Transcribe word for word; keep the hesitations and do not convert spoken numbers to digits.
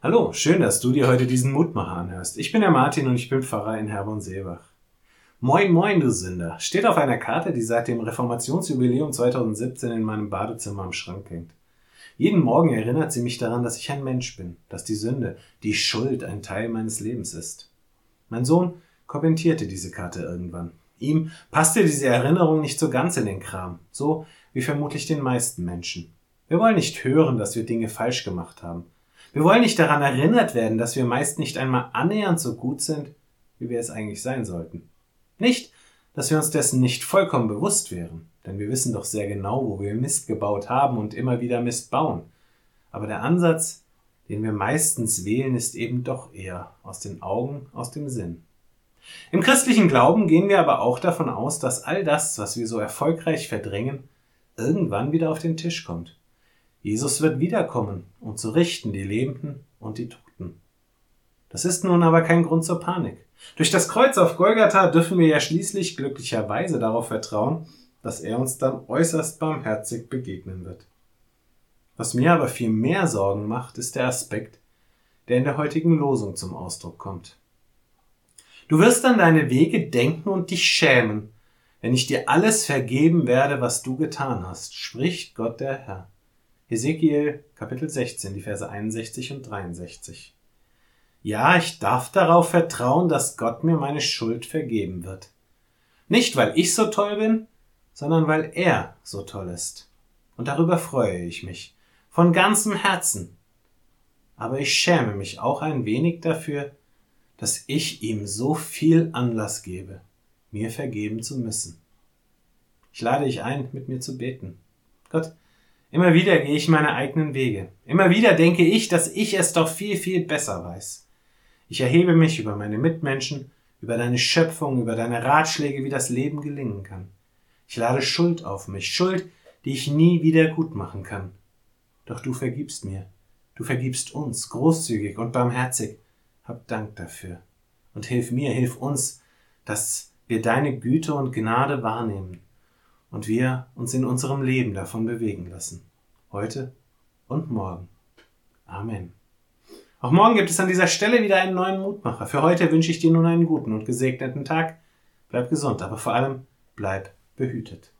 Hallo, schön, dass du dir heute diesen Mutmacher anhörst. Ich bin der Martin und ich bin Pfarrer in Herborn-Seebach. Moin, moin, du Sünder, steht auf einer Karte, die seit dem Reformationsjubiläum zweitausendsiebzehn in meinem Badezimmer am Schrank hängt. Jeden Morgen erinnert sie mich daran, dass ich ein Mensch bin, dass die Sünde, die Schuld ein Teil meines Lebens ist. Mein Sohn kommentierte diese Karte irgendwann. Ihm passte diese Erinnerung nicht so ganz in den Kram, so wie vermutlich den meisten Menschen. Wir wollen nicht hören, dass wir Dinge falsch gemacht haben. Wir wollen nicht daran erinnert werden, dass wir meist nicht einmal annähernd so gut sind, wie wir es eigentlich sein sollten. Nicht, dass wir uns dessen nicht vollkommen bewusst wären, denn wir wissen doch sehr genau, wo wir Mist gebaut haben und immer wieder Mist bauen. Aber der Ansatz, den wir meistens wählen, ist eben doch eher aus den Augen, aus dem Sinn. Im christlichen Glauben gehen wir aber auch davon aus, dass all das, was wir so erfolgreich verdrängen, irgendwann wieder auf den Tisch kommt. Jesus wird wiederkommen, um zu richten die Lebenden und die Toten. Das ist nun aber kein Grund zur Panik. Durch das Kreuz auf Golgatha dürfen wir ja schließlich glücklicherweise darauf vertrauen, dass er uns dann äußerst barmherzig begegnen wird. Was mir aber viel mehr Sorgen macht, ist der Aspekt, der in der heutigen Losung zum Ausdruck kommt. Du wirst an deine Wege denken und dich schämen, wenn ich dir alles vergeben werde, was du getan hast, spricht Gott der Herr. Hesekiel, Kapitel sechzehn, die Verse einundsechzig und dreiundsechzig. Ja, ich darf darauf vertrauen, dass Gott mir meine Schuld vergeben wird. Nicht, weil ich so toll bin, sondern weil er so toll ist. Und darüber freue ich mich, von ganzem Herzen. Aber ich schäme mich auch ein wenig dafür, dass ich ihm so viel Anlass gebe, mir vergeben zu müssen. Ich lade dich ein, mit mir zu beten. Gott, immer wieder gehe ich meine eigenen Wege. Immer wieder denke ich, dass ich es doch viel, viel besser weiß. Ich erhebe mich über meine Mitmenschen, über deine Schöpfung, über deine Ratschläge, wie das Leben gelingen kann. Ich lade Schuld auf mich, Schuld, die ich nie wieder gut machen kann. Doch du vergibst mir. Du vergibst uns, großzügig und barmherzig. Hab Dank dafür. Und hilf mir, hilf uns, dass wir deine Güte und Gnade wahrnehmen und wir uns in unserem Leben davon bewegen lassen. Heute und morgen. Amen. Auch morgen gibt es an dieser Stelle wieder einen neuen Mutmacher. Für heute wünsche ich dir nun einen guten und gesegneten Tag. Bleib gesund, aber vor allem bleib behütet.